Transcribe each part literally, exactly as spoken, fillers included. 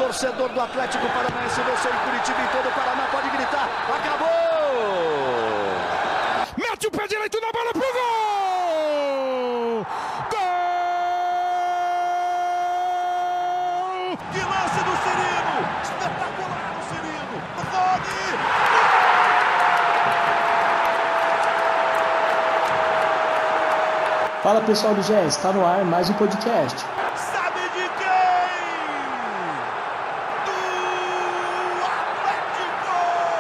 torcedor do Atlético Paranaense venceu em Curitiba e todo o Paraná pode gritar. Acabou! Mete o pé direito na bola pro gol! Gol! Que lance do Cirino! Espetacular o Cirino! Rony! Fala pessoal do G E, está no ar mais um podcast. Sabe de quem? Do Atlético!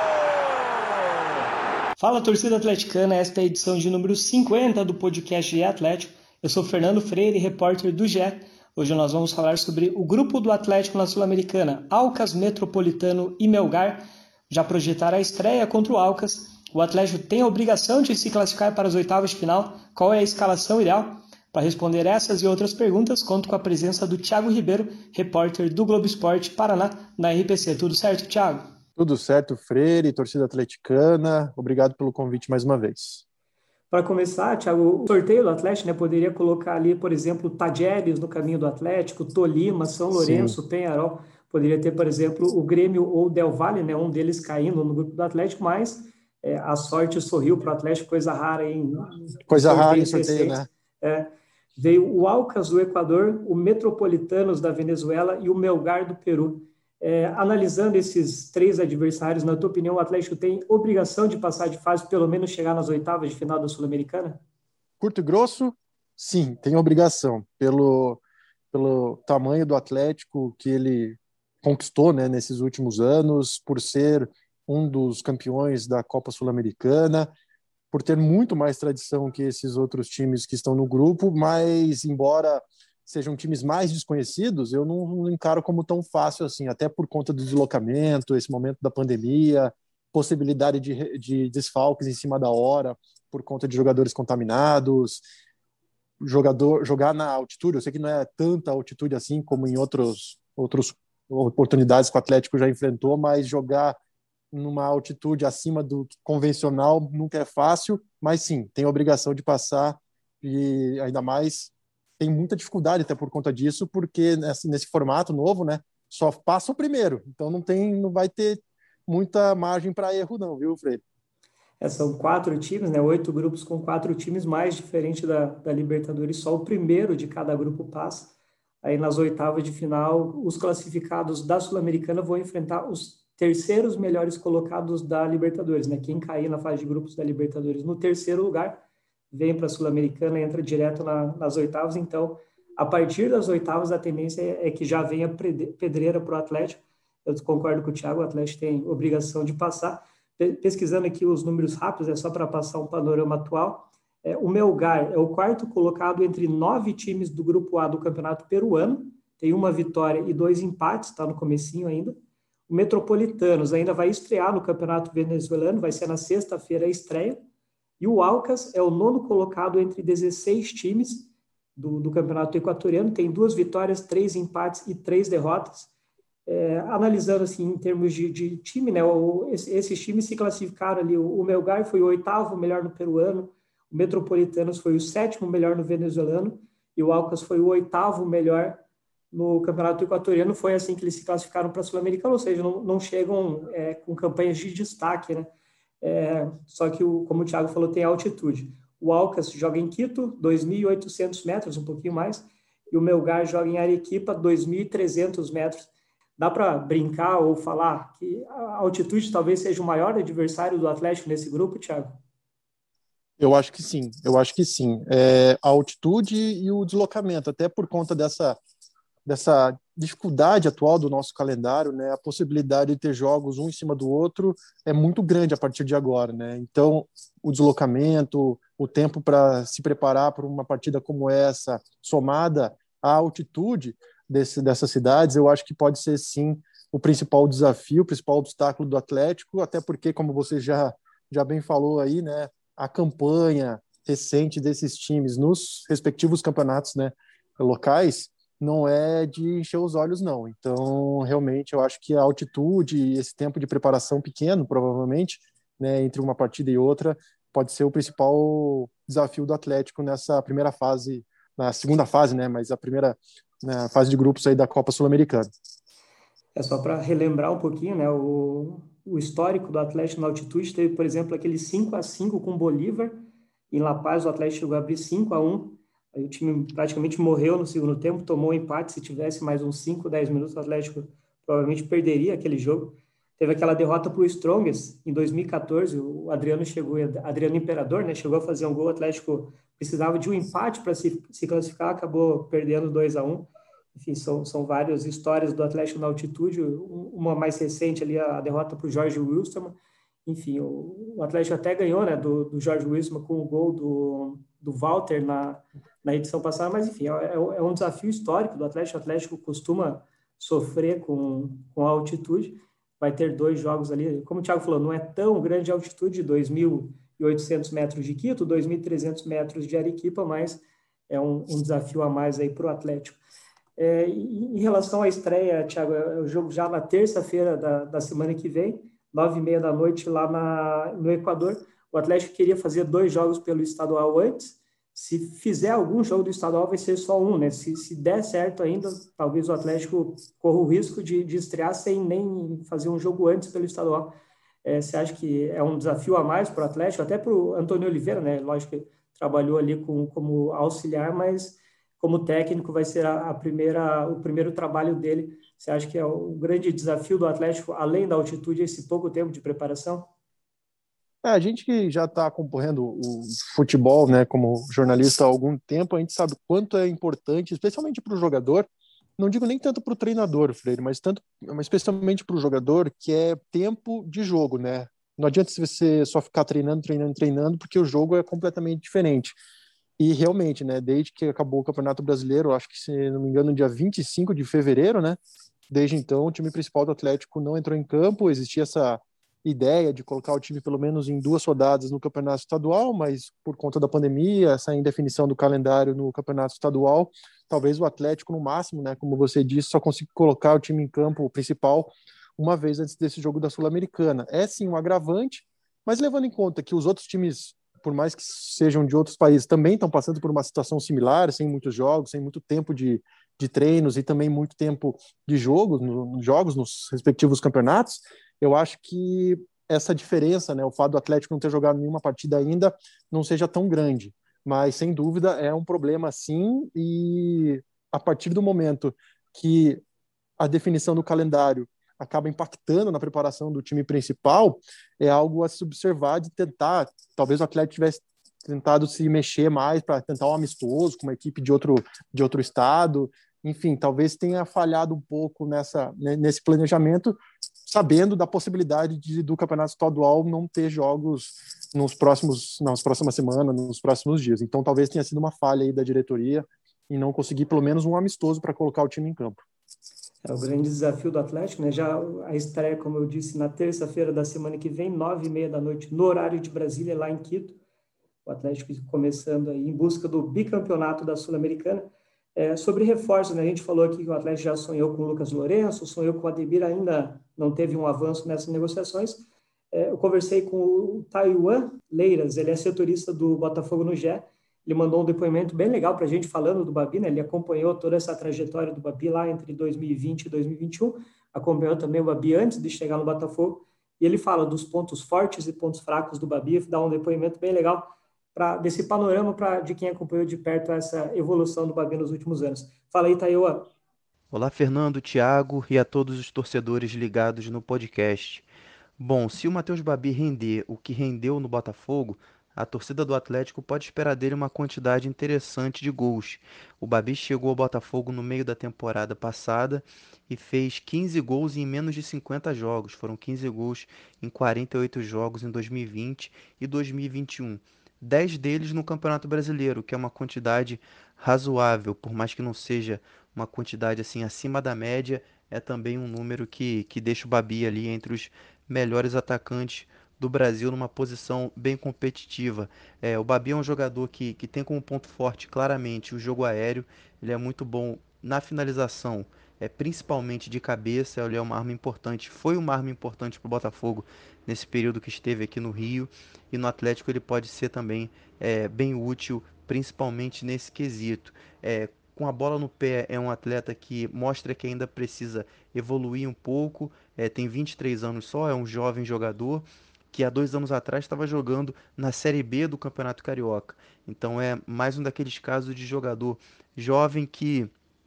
Fala torcida atleticana, esta é a edição de número cinquenta do podcast G E Atlético. Eu sou Fernando Freire, repórter do G E. Hoje nós vamos falar sobre o grupo do Atlético na Sul-Americana, Alcas, Metropolitano e Melgar. Já projetaram a estreia contra o Alcas. O Atlético tem a obrigação de se classificar para as oitavas de final. Qual é a escalação ideal? Para responder essas e outras perguntas, conto com a presença do Thiago Ribeiro, repórter do Globo Esporte Paraná, na R P C. Tudo certo, Thiago? Tudo certo, Freire, torcida atleticana. Obrigado pelo convite mais uma vez. Para começar, Thiago, o sorteio do Atlético, né, poderia colocar ali, por exemplo, Tajeres no caminho do Atlético, Tolima, São Lourenço, Sim. Penharol. Poderia ter, por exemplo, o Grêmio ou o Del Valle, né, um deles caindo no grupo do Atlético, mas é, a sorte sorriu para o Atlético, coisa rara em Coisa rara em sorteio, né? É, veio o Alcas do Equador, o Metropolitanos da Venezuela e o Melgar do Peru. É, analisando esses três adversários, na tua opinião, o Atlético tem obrigação de passar de fase, pelo menos chegar nas oitavas de final da Sul-Americana? Curto e grosso, sim, tem obrigação. Pelo, pelo tamanho do Atlético que ele conquistou, né, nesses últimos anos, por ser um dos campeões da Copa Sul-Americana, por ter muito mais tradição que esses outros times que estão no grupo, mas embora sejam times mais desconhecidos, eu não, não encaro como tão fácil assim, até por conta do deslocamento, esse momento da pandemia, possibilidade de, de desfalques em cima da hora, por conta de jogadores contaminados, jogador, jogar na altitude, eu sei que não é tanta altitude assim como em outros, outros oportunidades que o Atlético já enfrentou, mas jogar numa altitude acima do convencional nunca é fácil, mas sim, tem a obrigação de passar e ainda mais tem muita dificuldade até por conta disso, porque nesse, nesse formato novo, né, só passa o primeiro, então não tem, não vai ter muita margem para erro não, viu, Freire? É, são quatro times, né, oito grupos com quatro times, mais diferente da, da Libertadores, só o primeiro de cada grupo passa. Aí nas oitavas de final, os classificados da Sul-Americana vão enfrentar os terceiros melhores colocados da Libertadores, né? Quem cair na fase de grupos da Libertadores no terceiro lugar vem para a Sul-Americana, entra direto na, nas oitavas. Então, a partir das oitavas, a tendência é, é que já venha pedreira para o Atlético. Eu concordo com o Thiago, o Atlético tem obrigação de passar. Pesquisando aqui os números rápidos, é só para passar um panorama atual. É, o Melgar é o quarto colocado entre nove times do Grupo A do Campeonato Peruano, tem uma vitória e dois empates, está no comecinho ainda. O Metropolitanos ainda vai estrear no Campeonato Venezuelano, vai ser na sexta-feira a estreia. E o Alcas é o nono colocado entre dezesseis times do, do Campeonato Equatoriano, tem duas vitórias, três empates e três derrotas. É, analisando assim, em termos de, de time, né, o, esse, esses times se classificaram ali. O, o Melgar foi o oitavo melhor no peruano, o Metropolitanos foi o sétimo melhor no venezuelano e o Alcas foi o oitavo melhor no Campeonato Equatoriano. Foi assim que eles se classificaram para a Sul-Americana, ou seja, não, não chegam é, com campanhas de destaque, né? É, só que, o, como o Thiago falou, tem altitude. O Alcas joga em Quito, dois mil e oitocentos metros, um pouquinho mais, e o Melgar joga em Arequipa, dois mil e trezentos metros. Dá para brincar ou falar que a altitude talvez seja o maior adversário do Atlético nesse grupo, Thiago? Eu acho que sim, eu acho que sim. É, a altitude e o deslocamento, até por conta dessa, dessa dificuldade atual do nosso calendário, né? A possibilidade de ter jogos um em cima do outro é muito grande a partir de agora, né? Então, o deslocamento, o tempo para se preparar para uma partida como essa, somada à altitude desse, dessas cidades, eu acho que pode ser sim o principal desafio, o principal obstáculo do Atlético, até porque, como você já, já bem falou aí, né? A campanha recente desses times nos respectivos campeonatos, né, locais não é de encher os olhos, não. Então, realmente, eu acho que a altitude e esse tempo de preparação pequeno, provavelmente, né, entre uma partida e outra, pode ser o principal desafio do Atlético nessa primeira fase, na segunda fase, né, mas a primeira, né, fase de grupos aí da Copa Sul-Americana. É só para relembrar um pouquinho, né? O, o histórico do Atlético na altitude teve, por exemplo, aquele cinco a cinco com o Bolívar. Em La Paz, o Atlético chegou a abrir cinco a um. Aí o time praticamente morreu no segundo tempo, tomou um empate. Se tivesse mais uns cinco, dez minutos, o Atlético provavelmente perderia aquele jogo. Teve aquela derrota para o Strongest em dois mil e quatorze. O Adriano chegou, Adriano Imperador, né? Chegou a fazer um gol. O Atlético precisava de um empate para se, se classificar, acabou perdendo dois a um. Enfim, são, são várias histórias do Atlético na altitude. Uma mais recente ali, a derrota para o Jorge Wilstermann. Enfim, o, o Atlético até ganhou, né, do, do Jorge Wilstermann com o gol do, do Walter na, na edição passada, mas enfim, é, é um desafio histórico do Atlético. O Atlético costuma sofrer com, com a altitude. Vai ter dois jogos ali, como o Thiago falou, não é tão grande a altitude, dois mil e oitocentos metros de Quito, dois mil e trezentos metros de Arequipa, mas é um, um desafio a mais aí para o Atlético. É, em relação à estreia, Thiago, é o jogo já na terça-feira da, da semana que vem, nove e meia da noite lá na, no Equador. O Atlético queria fazer dois jogos pelo estadual antes. Se fizer algum jogo do estadual, vai ser só um, né? Se, se der certo ainda, talvez o Atlético corra o risco de, de estrear sem nem fazer um jogo antes pelo estadual. É, você acha que é um desafio a mais para o Atlético, até para o Antônio Oliveira, né? Lógico que trabalhou ali com, como auxiliar, mas como técnico vai ser a, a primeira, o primeiro trabalho dele. Você acha que é o grande desafio do Atlético, além da altitude, esse pouco tempo de preparação? É, a gente que já está acompanhando o futebol, né, como jornalista há algum tempo, a gente sabe quanto é importante, especialmente para o jogador, não digo nem tanto para o treinador, Freire, mas tanto, mas especialmente para o jogador, que é tempo de jogo, né? Não adianta você só ficar treinando, treinando, treinando, porque o jogo é completamente diferente. E realmente, né, desde que acabou o Campeonato Brasileiro, acho que, se não me engano, no dia vinte e cinco de fevereiro, né? Desde então, o time principal do Atlético não entrou em campo, existia essa ideia de colocar o time pelo menos em duas rodadas no Campeonato Estadual, mas por conta da pandemia, essa indefinição do calendário no Campeonato Estadual, talvez o Atlético, no máximo, né, como você disse, só consiga colocar o time em campo principal uma vez antes desse jogo da Sul-Americana. É sim um agravante, mas levando em conta que os outros times, por mais que sejam de outros países, também estão passando por uma situação similar, sem muitos jogos, sem muito tempo de, de treinos e também muito tempo de jogos, no, jogos nos respectivos campeonatos, eu acho que essa diferença, né, o fato do Atlético não ter jogado nenhuma partida ainda, não seja tão grande. Mas, sem dúvida, é um problema sim, e a partir do momento que a definição do calendário acaba impactando na preparação do time principal, é algo a se observar, de tentar, talvez o Atlético tivesse tentado se mexer mais para tentar um amistoso com uma equipe de outro, de outro estado, enfim, talvez tenha falhado um pouco nessa, nesse planejamento, sabendo da possibilidade de, do campeonato estadual não ter jogos nos próximos, nas próximas semanas, nos próximos dias. Então, talvez tenha sido uma falha aí da diretoria em não conseguir pelo menos um amistoso para colocar o time em campo. É o grande desafio do Atlético, né? Já a estreia, como eu disse, na terça-feira da semana que vem, nove e meia da noite, no horário de Brasília, lá em Quito. O Atlético começando aí em busca do bicampeonato da Sul-Americana. É, sobre reforços, né? A gente falou aqui que o Atlético já sonhou com o Lucas Lourenço, sonhou com o Ademir, ainda não teve um avanço nessas negociações. É, eu conversei com o Taiwan Leiras, ele é setorista do Botafogo no G E. Ele mandou um depoimento bem legal para a gente falando do Babi, né? Ele acompanhou toda essa trajetória do Babi lá entre dois mil e vinte e dois mil e vinte e um, acompanhou também o Babi antes de chegar no Botafogo, e ele fala dos pontos fortes e pontos fracos do Babi, dá um depoimento bem legal pra, desse panorama pra, de quem acompanhou de perto essa evolução do Babi nos últimos anos. Fala aí, Taiwan. Olá, Fernando, Thiago e a todos os torcedores ligados no podcast. Bom, se o Matheus Babi render o que rendeu no Botafogo, a torcida do Atlético pode esperar dele uma quantidade interessante de gols. O Babi chegou ao Botafogo no meio da temporada passada e fez quinze gols em menos de cinquenta jogos. Foram quinze gols em quarenta e oito jogos em dois mil e vinte e dois mil e vinte e um. dez deles no Campeonato Brasileiro, que é uma quantidade razoável, por mais que não seja uma quantidade assim acima da média, é também um número que, que deixa o Babi ali entre os melhores atacantes do Brasil numa posição bem competitiva. É, o Babi é um jogador que, que tem como ponto forte claramente o jogo aéreo, ele é muito bom na finalização, é, principalmente de cabeça, ele é uma arma importante, foi uma arma importante para o Botafogo nesse período que esteve aqui no Rio, e no Atlético ele pode ser também é, bem útil, principalmente nesse quesito. É, com a bola no pé, é um atleta que mostra que ainda precisa evoluir um pouco, é, tem vinte e três anos só, é um jovem jogador que há dois anos atrás estava jogando na Série B do Campeonato Carioca. Então é mais um daqueles casos de jogador jovem que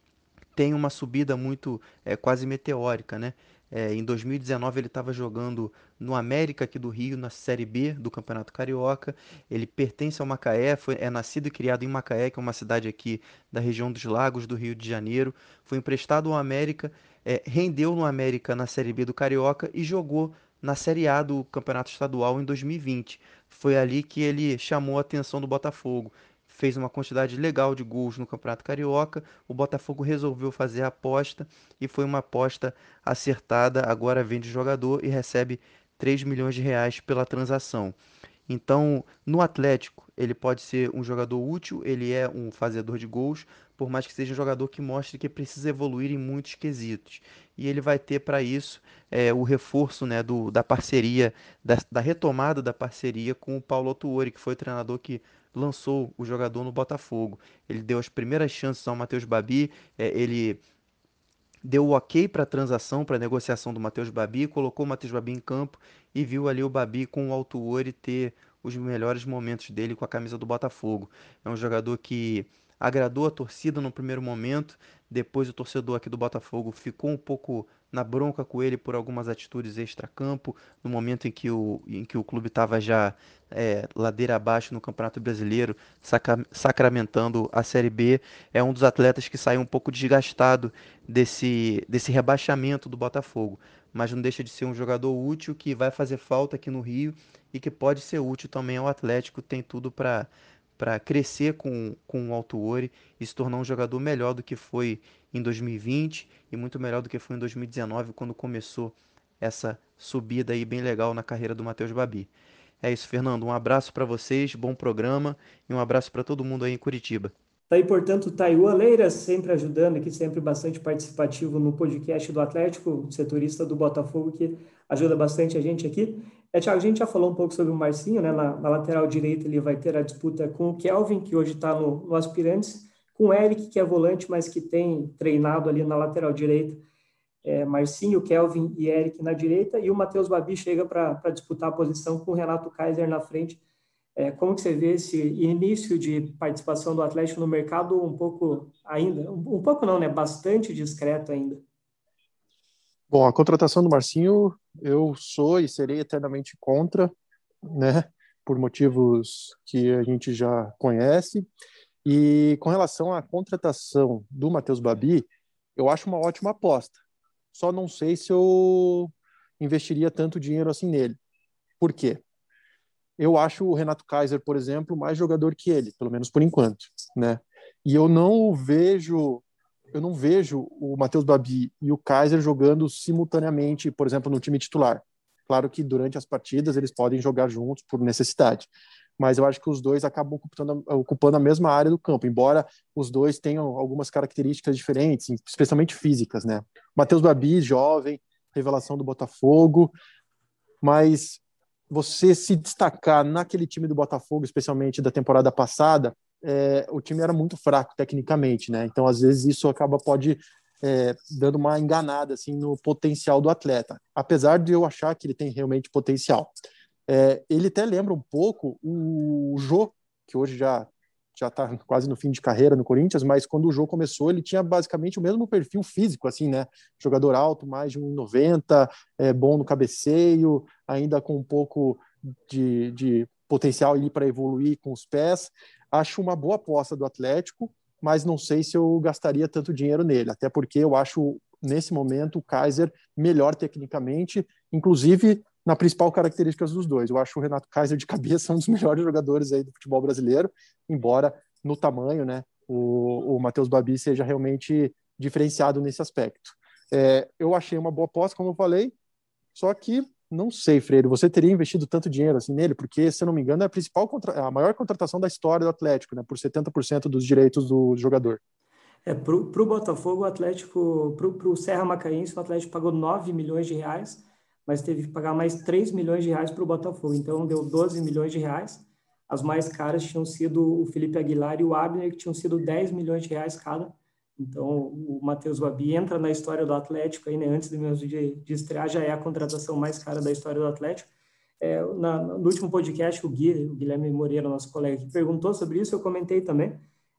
tem uma subida muito é, quase meteórica, né? É, em dois mil e dezenove ele estava jogando no América aqui do Rio, na Série B do Campeonato Carioca. Ele pertence ao Macaé, foi, é nascido e criado em Macaé, que é uma cidade aqui da região dos Lagos do Rio de Janeiro. Foi emprestado ao América, é, rendeu no América na Série B do Carioca e jogou na Série A do Campeonato Estadual em dois mil e vinte. Foi ali que ele chamou a atenção do Botafogo. Fez uma quantidade legal de gols no Campeonato Carioca. O Botafogo resolveu fazer a aposta e foi uma aposta acertada. Agora vende jogador e recebe três milhões de reais pela transação. Então, no Atlético, ele pode ser um jogador útil, ele é um fazedor de gols, por mais que seja um jogador que mostre que precisa evoluir em muitos quesitos. E ele vai ter para isso é, o reforço, né, do, da parceria, da, da retomada da parceria com o Paulo Autuori, que foi o treinador que lançou o jogador no Botafogo. Ele deu as primeiras chances ao Matheus Babi, é, ele deu o ok para a transação, para a negociação do Matheus Babi, colocou o Matheus Babi em campo e viu ali o Babi com o Autuori ter os melhores momentos dele com a camisa do Botafogo. É um jogador que agradou a torcida no primeiro momento, depois o torcedor aqui do Botafogo ficou um pouco na bronca com ele por algumas atitudes extracampo, no momento em que o, em que o clube estava já é, ladeira abaixo no Campeonato Brasileiro, saca, sacramentando a Série B. É um dos atletas que saiu um pouco desgastado desse, desse rebaixamento do Botafogo, mas não deixa de ser um jogador útil que vai fazer falta aqui no Rio e que pode ser útil também ao Atlético, tem tudo para para crescer com, com o Autuori e se tornar um jogador melhor do que foi em dois mil e vinte e muito melhor do que foi em dois mil e dezenove, quando começou essa subida aí bem legal na carreira do Matheus Babi. É isso, Fernando, um abraço para vocês, bom programa e um abraço para todo mundo aí em Curitiba. Tá aí, portanto, Taiwan Leira, sempre ajudando aqui, sempre bastante participativo no podcast do Atlético, setorista do Botafogo, que ajuda bastante a gente aqui. É, Thiago, a gente já falou um pouco sobre o Marcinho, né? Na, na lateral direita ele vai ter a disputa com o Kelvin, que hoje está no, no Aspirantes, com o Eric, que é volante, mas que tem treinado ali na lateral direita. É, Marcinho, Kelvin e Eric na direita, e o Matheus Babi chega para disputar a posição com o Renato Kaiser na frente. É, como que você vê esse início de participação do Atlético no mercado um pouco ainda, um, um pouco não, né? Bastante discreto ainda. Bom, a contratação do Marcinho eu sou e serei eternamente contra, né? Por motivos que a gente já conhece. E com relação à contratação do Matheus Babi, eu acho uma ótima aposta. Só não sei se eu investiria tanto dinheiro assim nele. Por quê? Eu acho o Renato Kaiser, por exemplo, mais jogador que ele, pelo menos por enquanto, né? E eu não vejo, eu não vejo o Matheus Babi e o Kaiser jogando simultaneamente, por exemplo, no time titular. Claro que durante as partidas eles podem jogar juntos por necessidade, mas eu acho que os dois acabam ocupando, ocupando a mesma área do campo, embora os dois tenham algumas características diferentes, especialmente físicas, né? Matheus Babi, jovem, revelação do Botafogo, mas você se destacar naquele time do Botafogo, especialmente da temporada passada, é, o time era muito fraco tecnicamente, né? Então, às vezes, isso acaba pode é, dando uma enganada assim, no potencial do atleta, apesar de eu achar que ele tem realmente potencial. É, ele até lembra um pouco o Jô, que hoje já já está quase no fim de carreira no Corinthians, mas quando o Jô começou, ele tinha basicamente o mesmo perfil físico, assim, né? Jogador alto, mais de um e noventa, é, bom no cabeceio, ainda com um pouco de, de potencial ali para evoluir com os pés. Acho uma boa aposta do Atlético, mas não sei se eu gastaria tanto dinheiro nele, até porque eu acho, nesse momento, o Kaiser melhor tecnicamente, inclusive na principal característica dos dois. Eu acho o Renato Kaiser de cabeça um dos melhores jogadores aí do futebol brasileiro, embora no tamanho, né, o, o Matheus Babi seja realmente diferenciado nesse aspecto. É, eu achei uma boa aposta, como eu falei, só que não sei, Freire, você teria investido tanto dinheiro assim nele, porque, se eu não me engano, é a principal contra... a maior contratação da história do Atlético, né, por setenta por cento dos direitos do jogador. É, para o Botafogo, o Atlético, para o Serra Macaense, o Atlético pagou nove milhões de reais, mas teve que pagar mais três milhões de reais para o Botafogo, então deu doze milhões de reais. As mais caras tinham sido o Felipe Aguilar e o Abner, que tinham sido dez milhões de reais cada. Então, o Matheus Babi entra na história do Atlético, aí, né, antes mesmo de, de estrear, já é a contratação mais cara da história do Atlético. É, na, no último podcast, o, Gui, o Guilherme Moreira, nosso colega, que perguntou sobre isso, eu comentei também.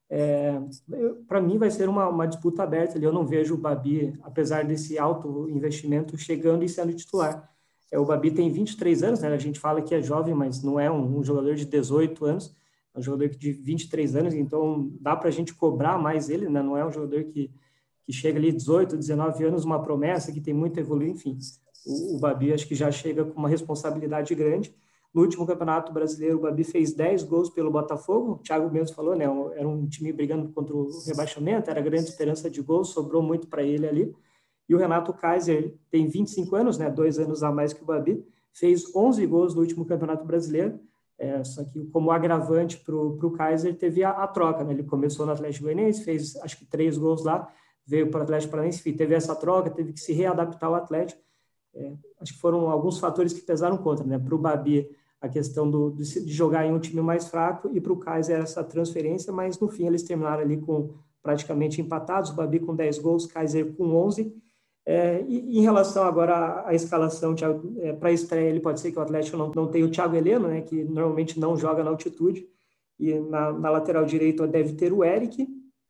É, para mim vai ser uma, uma disputa aberta ali. Eu não vejo o Babi, apesar desse alto investimento, chegando e sendo titular. É, o Babi tem vinte e três anos, né? A gente fala que é jovem, mas não é um, um jogador de dezoito anos, é um jogador de vinte e três anos, então dá para a gente cobrar mais ele, né? Não é um jogador que, que chega ali dezoito, dezenove anos, uma promessa que tem muito a evoluir, enfim. O, o Babi acho que já chega com uma responsabilidade grande. No último Campeonato Brasileiro, o Babi fez dez gols pelo Botafogo. O Thiago mesmo falou, né? Era um time brigando contra o rebaixamento, era grande esperança de gols, sobrou muito para ele ali. E o Renato Kaiser tem vinte e cinco anos, né? Dois anos a mais que o Babi, fez onze gols no último Campeonato Brasileiro. É, só que como agravante para o Kaiser teve a, a troca, né? Ele começou no Atlético Goianiense, fez acho que três gols lá, veio para o Atlético Paranaense, teve essa troca, teve que se readaptar ao Atlético. É, acho que foram alguns fatores que pesaram contra, né? Para o Babi, a questão do, de jogar em um time mais fraco, e para o Kaiser essa transferência, mas no fim eles terminaram ali com praticamente empatados, o Babi com dez gols, Kaiser com onze. É, e em relação agora à, à escalação, é, para a estreia, ele pode ser que o Atlético não, não tenha o Thiago Heleno, né, que normalmente não joga na altitude, e na, na lateral direita deve ter o Eric,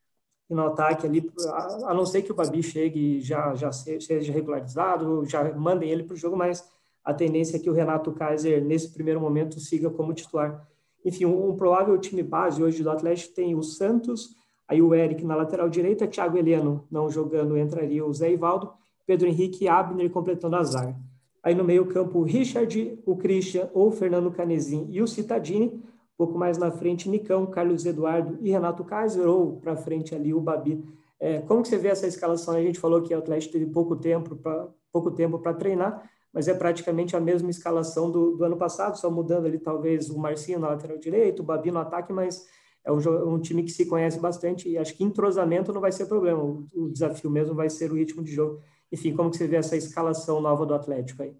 e no ataque ali, a, a não ser que o Babi chegue e já, já seja regularizado, já mandem ele para o jogo, mas a tendência é que o Renato Kaiser, nesse primeiro momento, siga como titular. Enfim, um, um provável time base hoje do Atlético tem o Santos, aí o Eric na lateral direita, Thiago Heleno não jogando, entraria o Zé Ivaldo, Pedro Henrique e Abner completando a zaga. Aí no meio campo, o Richard, o Christian ou Fernando Canezin e o Cittadini, um pouco mais na frente, Nicão, Carlos Eduardo e Renato Kaiser, ou para frente ali o Babi. É, como que você vê essa escalação? A gente falou que o Atlético teve pouco tempo para pouco tempo para treinar, mas é praticamente a mesma escalação do, do ano passado, só mudando ali talvez o Marcinho na lateral direito, o Babi no ataque, mas é um, um time que se conhece bastante e acho que entrosamento não vai ser problema, o, o desafio mesmo vai ser o ritmo de jogo. Enfim, como que você vê essa escalação nova do Atlético aí?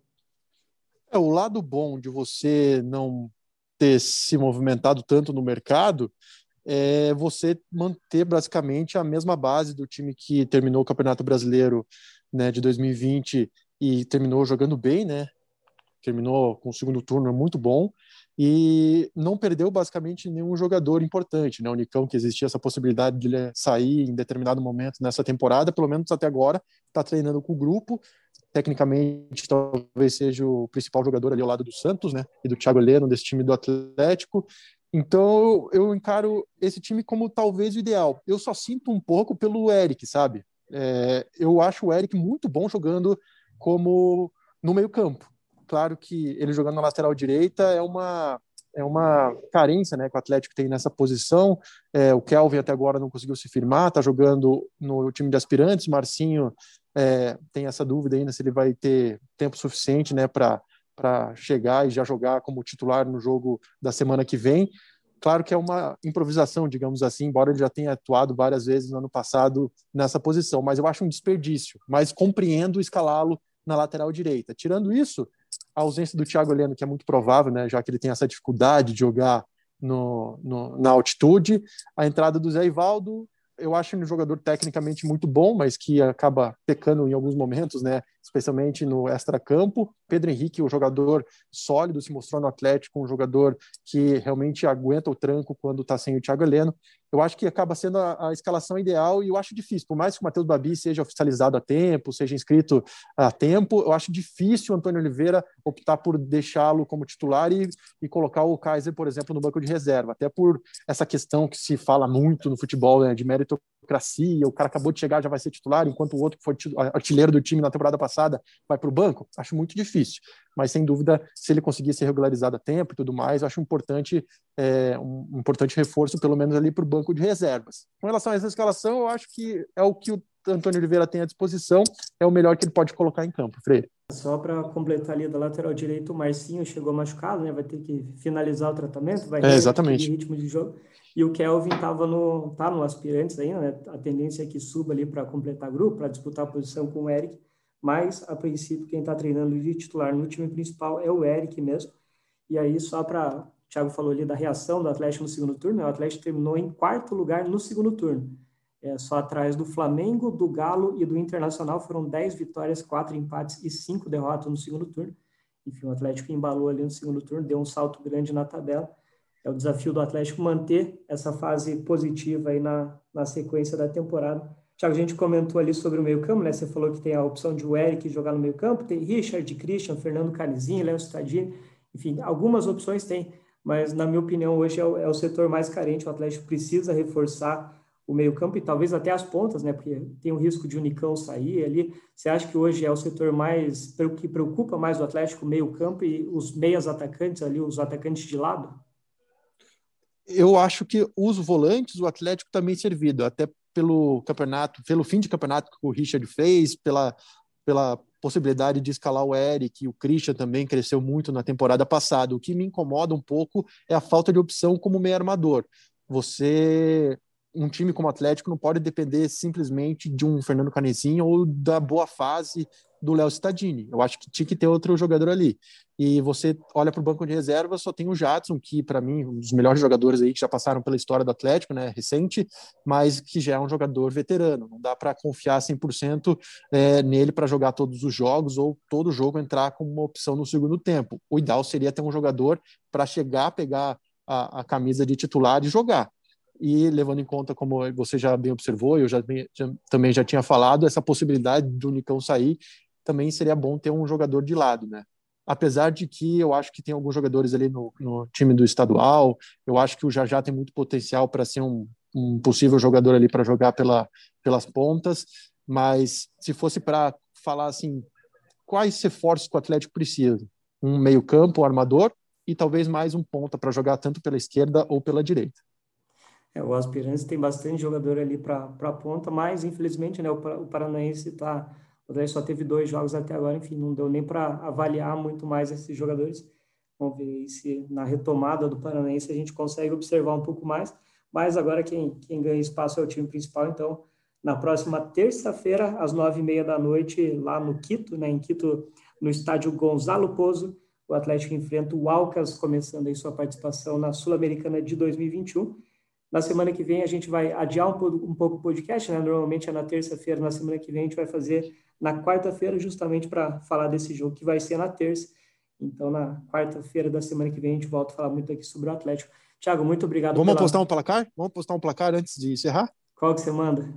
É, o lado bom de você não ter se movimentado tanto no mercado é você manter basicamente a mesma base do time que terminou o Campeonato Brasileiro, né, de dois mil e vinte e terminou jogando bem, né? Terminou com o segundo turno muito bom e não perdeu basicamente nenhum jogador importante, né? O Nicão, que existia essa possibilidade de ele sair em determinado momento nessa temporada, pelo menos até agora, está treinando com o grupo. Tecnicamente, talvez seja o principal jogador ali ao lado do Santos, né? E do Thiago Heleno, desse time do Atlético. Então, eu encaro esse time como talvez o ideal. Eu só sinto um pouco pelo Eric, sabe? É, eu acho o Eric muito bom jogando como no meio-campo. Claro que ele jogando na lateral direita é uma, é uma carência, né, que o Atlético tem nessa posição. É, o Kelvin até agora não conseguiu se firmar, está jogando no time de aspirantes. Marcinho é, tem essa dúvida ainda se ele vai ter tempo suficiente, né, para para chegar e já jogar como titular no jogo da semana que vem. Claro que é uma improvisação, digamos assim, embora ele já tenha atuado várias vezes no ano passado nessa posição, mas eu acho um desperdício, mas compreendo escalá-lo na lateral direita. Tirando isso, a ausência do Thiago Heleno, que é muito provável, né, já que ele tem essa dificuldade de jogar no, no, na altitude, a entrada do Zé Ivaldo, eu acho um jogador tecnicamente muito bom, mas que acaba pecando em alguns momentos, né, especialmente no extracampo. Pedro Henrique, um jogador sólido, se mostrou no Atlético, um jogador que realmente aguenta o tranco quando está sem o Thiago Heleno. Eu acho que acaba sendo a, a escalação ideal e eu acho difícil, por mais que o Matheus Babi seja oficializado a tempo, seja inscrito a tempo, eu acho difícil o Antônio Oliveira optar por deixá-lo como titular e, e colocar o Kaiser, por exemplo, no banco de reserva, até por essa questão que se fala muito no futebol, né, de meritocracia, o cara acabou de chegar, já vai ser titular, enquanto o outro que foi artilheiro do time na temporada passada vai para o banco. Acho muito difícil, mas sem dúvida, se ele conseguir ser regularizado a tempo e tudo mais, eu acho importante, é, um importante reforço, pelo menos ali para o banco de reservas. Com relação a essa escalação, eu acho que é o que o Antônio Oliveira tem à disposição, é o melhor que ele pode colocar em campo, Freire. Só para completar ali da lateral direita, o Marcinho chegou machucado, né? Vai ter que finalizar o tratamento, vai ter é, exatamente. ritmo de jogo. E o Kelvin estava no, tá no aspirantes ainda, né? A tendência é que suba ali para completar grupo, para disputar a posição com o Eric, mas a princípio quem está treinando de titular no time principal é o Eric mesmo. E aí só para, o Thiago falou ali da reação do Atlético no segundo turno, né? O Atlético terminou em quarto lugar no segundo turno. é, só atrás do Flamengo, do Galo e do Internacional. Foram dez vitórias, quatro empates e cinco derrotas no segundo turno. Enfim, o Atlético embalou ali no segundo turno, deu um salto grande na tabela. É o desafio do Atlético manter essa fase positiva aí na, na sequência da temporada. Thiago, a gente comentou ali sobre o meio-campo, né? Você falou que tem a opção de o Eric jogar no meio-campo, tem Richard, Christian, Fernando Canizinho, Léo Stadini, enfim, algumas opções tem, mas na minha opinião hoje é o, é o setor mais carente. O Atlético precisa reforçar o meio-campo e talvez até as pontas, né? Porque tem o risco de o Nicão sair ali. Você acha que hoje é o setor mais que preocupa mais o Atlético, o meio-campo e os meias atacantes ali, os atacantes de lado? Eu acho que os volantes, o Atlético está bem servido, até pelo campeonato, pelo fim de campeonato que o Richard fez, pela, pela possibilidade de escalar o Eric, e o Christian também cresceu muito na temporada passada. O que me incomoda um pouco é a falta de opção como meio armador. Você, um time como o Atlético não pode depender simplesmente de um Fernando Canezinho ou da boa fase do Léo Stadini. Eu acho que tinha que ter outro jogador ali. E você olha para o banco de reserva, só tem o Jadson, que para mim um dos melhores jogadores aí que já passaram pela história do Atlético, né, recente, mas que já é um jogador veterano. Não dá para confiar cem por cento é, nele para jogar todos os jogos ou todo jogo entrar como uma opção no segundo tempo. O ideal seria ter um jogador para chegar, pegar a, a camisa de titular e jogar. E levando em conta, como você já bem observou, eu já, já também já tinha falado, essa possibilidade do Nicão sair, também seria bom ter um jogador de lado, né? Apesar de que eu acho que tem alguns jogadores ali no, no time do estadual, eu acho que o Jajá tem muito potencial para ser um, um possível jogador ali para jogar pela, pelas pontas, mas se fosse para falar assim, quais reforços que o Atlético precisa? Um meio-campo, um armador e talvez mais um ponta para jogar tanto pela esquerda ou pela direita. É, o Aspirantes tem bastante jogador ali para a ponta, mas infelizmente, né, o, o Paranaense está... O Atlético só teve dois jogos até agora, enfim, não deu nem para avaliar muito mais esses jogadores. Vamos ver se na retomada do Paranaense a gente consegue observar um pouco mais. Mas agora quem, quem ganha espaço é o time principal. Então, na próxima terça-feira, às nove e meia da noite, lá no Quito, né, em Quito, no estádio Gonzalo Pozo, o Atlético enfrenta o Alcas, começando aí sua participação na Sul-Americana de dois mil e vinte e um. Na semana que vem a gente vai adiar um pouco, um pouco o podcast, né? Normalmente é na terça-feira, na semana que vem a gente vai fazer na quarta-feira, justamente para falar desse jogo que vai ser na terça. Então, na quarta-feira da semana que vem, a gente volta a falar muito aqui sobre o Atlético. Thiago, muito obrigado. Vamos pela... apostar um placar? Vamos apostar um placar antes de encerrar? Qual que você manda?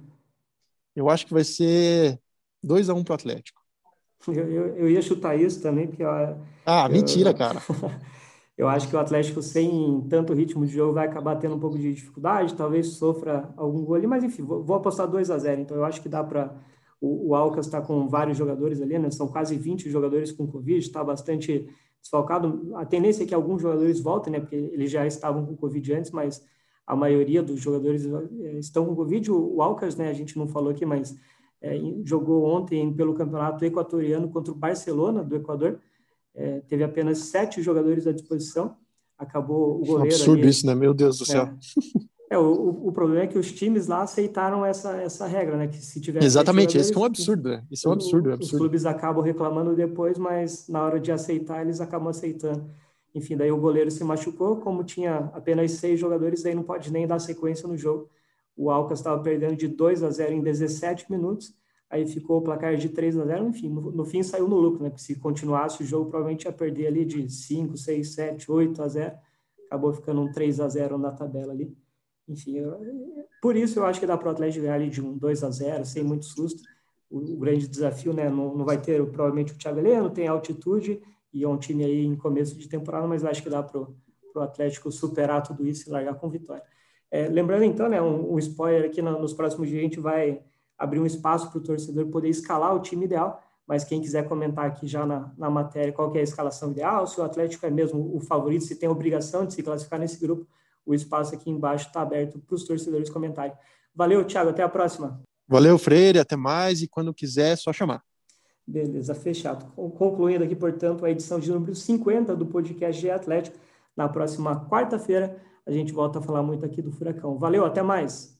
Eu acho que vai ser dois a um para o Atlético. Eu, eu, eu ia chutar isso também, porque... Eu, ah, eu, mentira, eu... cara. Eu acho que o Atlético, sem tanto ritmo de jogo, vai acabar tendo um pouco de dificuldade, talvez sofra algum gol ali, mas enfim, vou, vou apostar dois a zero. Então eu acho que dá para... O, o Alcas está com vários jogadores ali, né? São quase vinte jogadores com Covid, está bastante desfalcado. A tendência é que alguns jogadores voltem, né? Porque eles já estavam com Covid antes, mas a maioria dos jogadores estão com Covid. O, o Alcas, né? A gente não falou aqui, mas é, jogou ontem pelo campeonato equatoriano contra o Barcelona, do Equador. É, teve apenas sete jogadores à disposição, acabou o goleiro... É um absurdo ali, isso, né? Meu Deus do céu. É, é o, o problema é que os times lá aceitaram essa, essa regra, né? Que se tiver Exatamente, esse que é um absurdo. Né? Isso é um absurdo, é um absurdo. Os clubes acabam reclamando depois, mas na hora de aceitar, eles acabam aceitando. Enfim, daí o goleiro se machucou, como tinha apenas seis jogadores, daí não pode nem dar sequência no jogo. O Alcas estava perdendo de dois a zero em dezessete minutos, aí ficou o placar de três a zero, enfim, no, no fim saiu no lucro, né? Porque se continuasse o jogo, provavelmente ia perder ali de cinco, seis, sete, oito a zero, acabou ficando um três a zero na tabela ali. Enfim, eu, por isso eu acho que dá para o Atlético ganhar ali de um dois a zero, sem muito susto. O, o grande desafio, né? Não, não vai ter provavelmente o Thiago Heleno, tem altitude, e é um time aí em começo de temporada, mas eu acho que dá para o Atlético superar tudo isso e largar com vitória. É, lembrando então, né, um, um spoiler aqui no, nos próximos dias, a gente vai abrir um espaço para o torcedor poder escalar o time ideal, mas quem quiser comentar aqui já na, na matéria qual que é a escalação ideal, se o Atlético é mesmo o favorito, se tem a obrigação de se classificar nesse grupo, o espaço aqui embaixo está aberto para os torcedores comentarem. Valeu, Thiago, até a próxima. Valeu, Freire, até mais, e quando quiser é só chamar. Beleza, fechado. Concluindo aqui, portanto, a edição de número cinquenta do podcast G Atlético. Na próxima quarta-feira, a gente volta a falar muito aqui do Furacão. Valeu, até mais!